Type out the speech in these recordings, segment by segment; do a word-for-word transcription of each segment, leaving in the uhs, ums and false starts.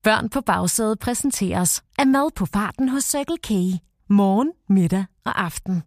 Børn på bagsædet præsenteres af mad på farten hos Circle K. Morgen, middag og aften.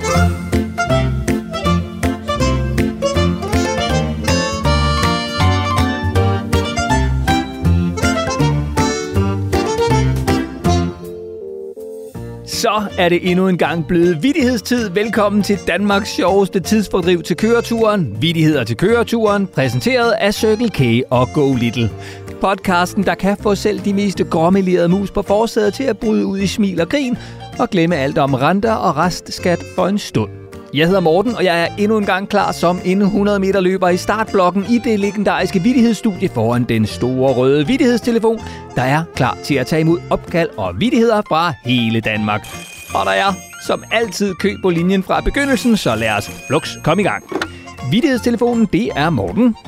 Så er det endnu en gang blevet vittighedstid. Velkommen til Danmarks sjoveste tidsfordriv til køreturen. Vittigheder til køreturen, præsenteret af Circle K og Go Little. Podcasten, der kan få selv de mest gråmelerede mus på forsædet til at bryde ud i smil og grin og glemme alt om renter og restskat for en stund. Jeg hedder Morten, og jeg er endnu en gang klar som en hundrede meter løber i startblokken i det legendariske vittighedsstudie foran den store røde vittighedstelefon, der er klar til at tage imod opkald og vittigheder fra hele Danmark. Og der er som altid kø på linjen fra begyndelsen, så lad os fluks komme i gang. Vittighedstelefonen, det er Morten.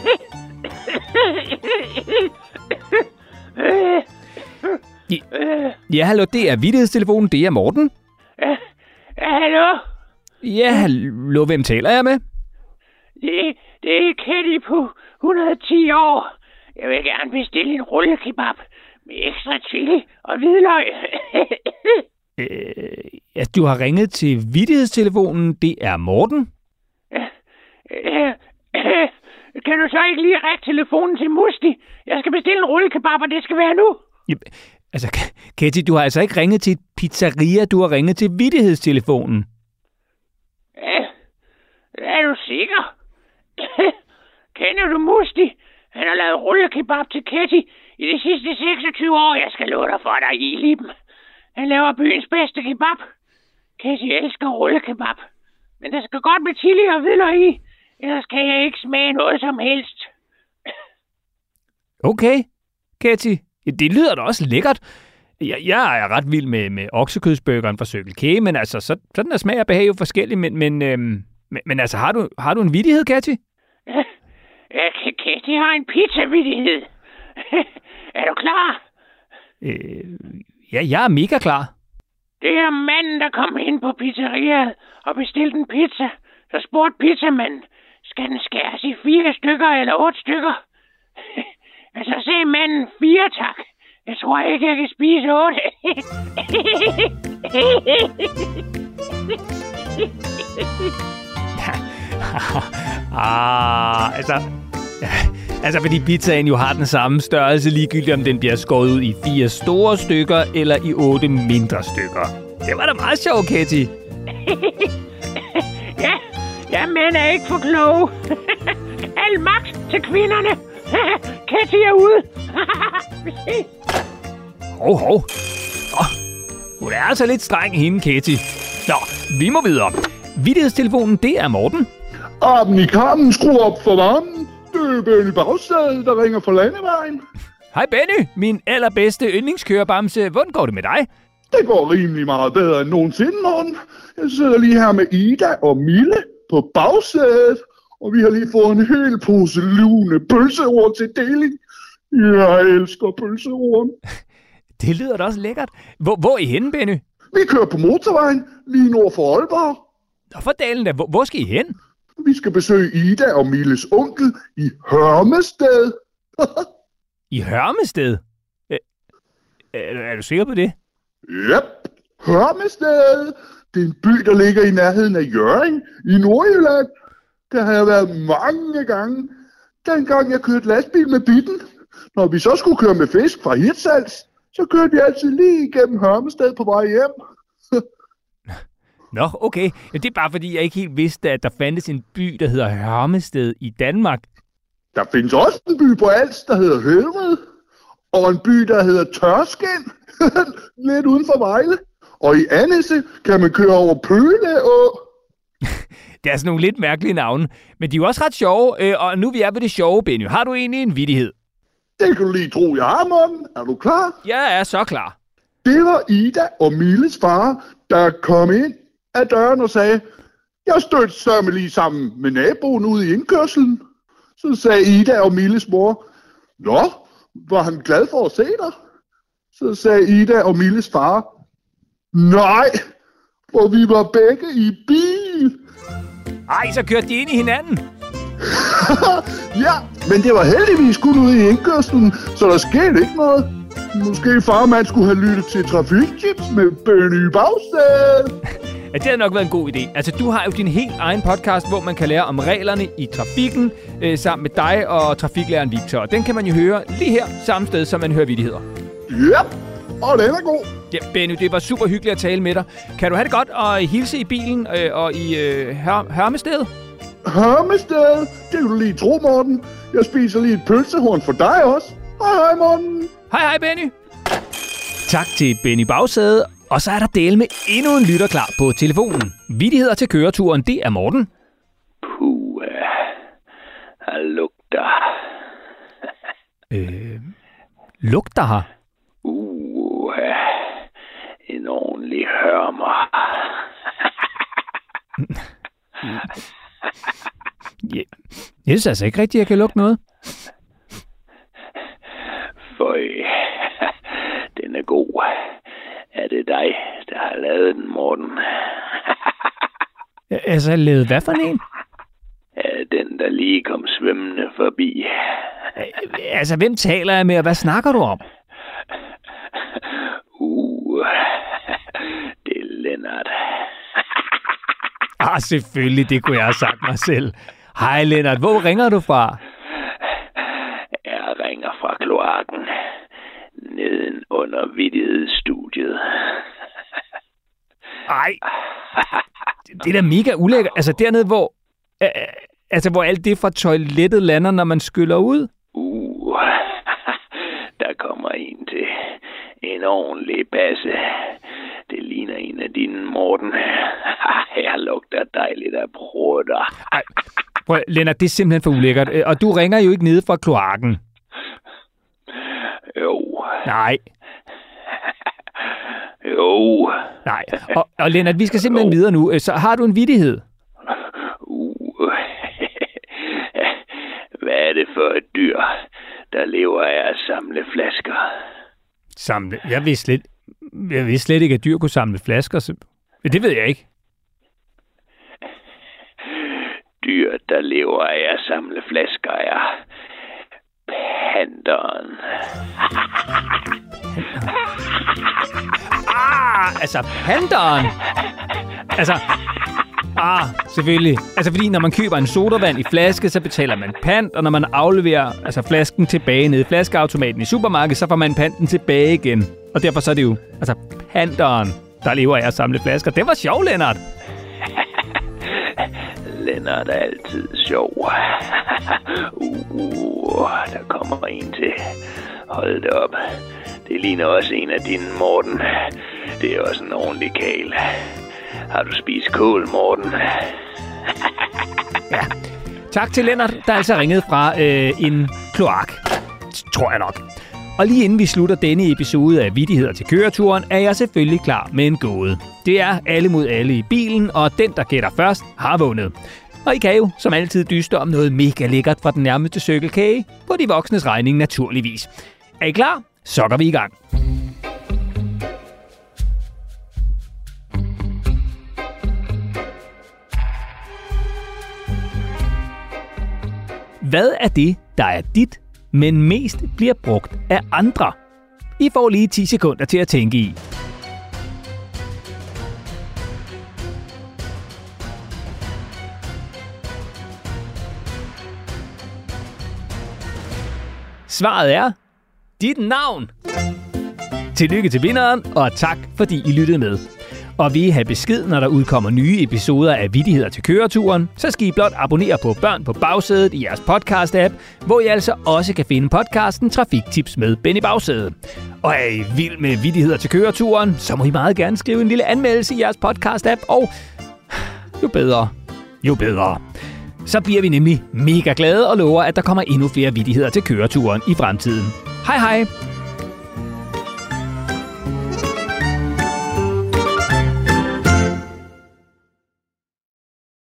Ja, ja, hallo, det er vittighedstelefonen, det er Morten. Ja, hallo? Ja, hallo, hvem taler jeg med? Det, det er Ketty på et hundrede og ti år. Jeg vil gerne bestille en rullekebab med ekstra chili og hvidløg. øh, ja, du har ringet til vittighedstelefonen, det er Morten. Ja, øh, øh, kan du så ikke lige række telefonen til Musti? Jeg skal bestille en rullekebab, og det skal være nu. Ja, altså, Ketty, du har altså ikke ringet til et pizzeria, du har ringet til vittighedstelefonen. Ja, er du sikker? Kender du Musti? Han har lavet rullekebab til Ketty i de sidste seksogtyve år. Jeg skal love dig for dig i liben. Han laver byens bedste kebab. Ketty elsker rullekebab. Men der skal godt med chili og hvidløg i. Ellers kan jeg ikke smage noget som helst. Okay, Ketty. Ja, det lyder da også lækkert. Jeg, jeg er ret vild med, med oksekødsburgeren fra Circle K, men altså, så, sådan er smag og behag jo forskellige. Men, men, øhm, men, men altså, har du, har du en vittighed, Ketty? Ja, Ketty har en pizza-vittighed. Er du klar? Øh, ja, jeg er mega klar. Det er manden, der kom ind på pizzeriet og bestilte en pizza. Så spurgte pizzamanden, skal den skæres i fire stykker eller otte stykker? Og så sagde manden, fire tak. Jeg tror ikke, jeg kan spise otte. ah, altså, altså, fordi pizzaen jo har den samme størrelse, ligegyldigt om den bliver skåret ud i fire store stykker eller i otte mindre stykker. Det var da meget sjovt, Ketty. ja, ja, mænd er ikke for kloge. Al magt til kvinderne. Ketty er ude. Vi ses. Hov, hov. Nå, hun er altså lidt streng, hende, Ketty. Nå, vi må videre. Vittighedstelefonen, det er Morten. Arben i karmen, skru op for varmen. Det er Benny Bagsæde, der ringer fra landevejen. Hej Benny, min allerbedste yndlingskørebamse. Hvordan går det med dig? Det går rimelig meget bedre end nogensinde, Morten. Jeg sidder lige her med Ida og Mille på bagsædet, og vi har lige fået en hel pose lune pølseord til deling. Jeg elsker pølseord. Det lyder da også lækkert. Hvor, hvor er I henne, Benny? Vi kører på motorvejen, lige nord for Aalborg. Nå for dalen da. Hvor, hvor skal I hen? Vi skal besøge Ida og Milles onkel i Hørmested. I Hørmested? Er, er, er du sikker på det? Yep, Hørmested. Det er en by, der ligger i nærheden af Hjørring i Nordjylland. Der har jeg været mange gange. Dengang jeg kørte lastbil med Bitten. Når vi så skulle køre med fisk fra Hirtshals, så kørte vi altid lige igennem Hørmested på vej hjem. Nå, okay. Det er bare fordi, jeg ikke helt vidste, at der fandtes en by, der hedder Hørmested i Danmark. Der findes også en by på Als, der hedder Høved. Og en by, der hedder Tørskin. Lidt uden for Vejle. Og i Annese kan man køre over Pøleå. Det er sådan nogle lidt mærkelige navne, men de er jo også ret sjove, og nu vi er ved det sjove, Benny. Har du egentlig en vittighed? Det kan du lige tro, jeg har, Morten. Er du klar? Jeg er så klar. Det var Ida og Milles far, der kom ind ad døren og sagde, jeg stødte sørme lige sammen med naboen ude i indkørselen. Så sagde Ida og Milles mor, nå, var han glad for at se dig? Så sagde Ida og Milles far, nej, for vi var begge i bil. Ej, så kørte de ind i hinanden. Ja, men det var heldigvis kun ude i indkørslen, så der skete ikke noget. Måske far, man skulle have lyttet til Trafiktips med Benny Bagsted. Ja, det har nok været en god idé. Altså, du har jo din helt egen podcast, hvor man kan lære om reglerne i trafikken, øh, sammen med dig og trafiklæreren Victor. Den kan man jo høre lige her, samme sted, som man hører vittigheder. Ja, og den er god. Ja, Benny, det var super hyggeligt at tale med dig. Kan du have det godt og hilse i bilen øh, og i øh, Hør- Hørmested? Hørmested? Det kan du lige tro, Morten. Jeg spiser lige et pølsehorn for dig også. Hej, hej, Morten. Hej, hej, Benny. Tak til Benny Bagsæde. Og så er der del med endnu en lytter klar på telefonen. Vittigheder til køreturen, det er Morten. Puh, her lugter. øh, lugter her? Uh, en ordentlig hørmer. ja. Jeg synes altså ikke rigtigt, jeg kan lugte noget. Føj, den er god. Er det dig, der har lavet den, Morten? Altså, lavet hvad for en? Ja, den, der lige kom svømmende forbi. Altså, hvem taler jeg med, og hvad snakker du om? Uh, det er Lennart. Ah, selvfølgelig, det kunne jeg have sagt mig selv. Hej, Lennart. Hvor ringer du fra? Jeg ringer fra kloakken. Neden under vittighedsstudiet. Ej, det er da mega ulækkert. Altså dernede, hvor, øh, altså, hvor alt det fra toilettet lander, når man skyller ud. Uh, der kommer en til. En ordentlig basse. Det ligner en af dine, Morten. Her lugter dejligt af prutter. Ej, prøv, Lennart, det er simpelthen for ulækkert. Og du ringer jo ikke nede fra kloakken. Jo. Nej. Jo. Nej. Og, og Lennart, vi skal simpelthen jo. videre nu. Så har du en vittighed? Uh. Hvad er det for et dyr, der lever af at samle flasker? Samle? Jeg vidste slet, jeg vidste slet ikke, at dyr kunne samle flasker. Så... Det ved jeg ikke. Dyr, der lever af at samle flasker, er panderen. Ah, altså panderen. Altså, ah, selvfølgelig. Altså fordi når man køber en sodavand i flaske, så betaler man pant, og når man afleverer altså flasken tilbage nede i flaskeautomaten i supermarkedet, så får man panten tilbage igen. Og derfor så er det jo altså panderen, der lever af at samle flasker. Det var sjovt, Lennart. Lennart er altid sjov. uh, der kommer en til. Hold det op. Det ligner også en af dine, Morten. Det er også en ordentlig kæl. Har du spist kål, Morten? Ja. Tak til Lennart, der altså ringede fra øh, en kloak. Tror jeg nok. Og lige inden vi slutter denne episode af Vittigheder til køreturen, er jeg selvfølgelig klar med en gåde. Det er alle mod alle i bilen, og den, der gætter først, har vundet. Og I kan jo, som altid, dyste om noget mega lækkert fra den nærmeste Circle K, på de voksnes regning naturligvis. Er I klar? Så går vi i gang. Hvad er det, der er dit, men mest bliver brugt af andre? I får lige ti sekunder til at tænke i. Svaret er dit navn. Tillykke til vinderen, og tak fordi I lyttede med. Og vil I have besked, når der udkommer nye episoder af Vittigheder til køreturen, så skal I blot abonnere på Børn på Bagsædet i jeres podcast-app, hvor I altså også kan finde podcasten Trafiktips med Benny Bagsæde. Og er I vild med Vittigheder til køreturen, så må I meget gerne skrive en lille anmeldelse i jeres podcast-app, og jo bedre, jo bedre. Så bliver vi nemlig mega glade og lover, at der kommer endnu flere vittigheder til køreturen i fremtiden. Hej hej!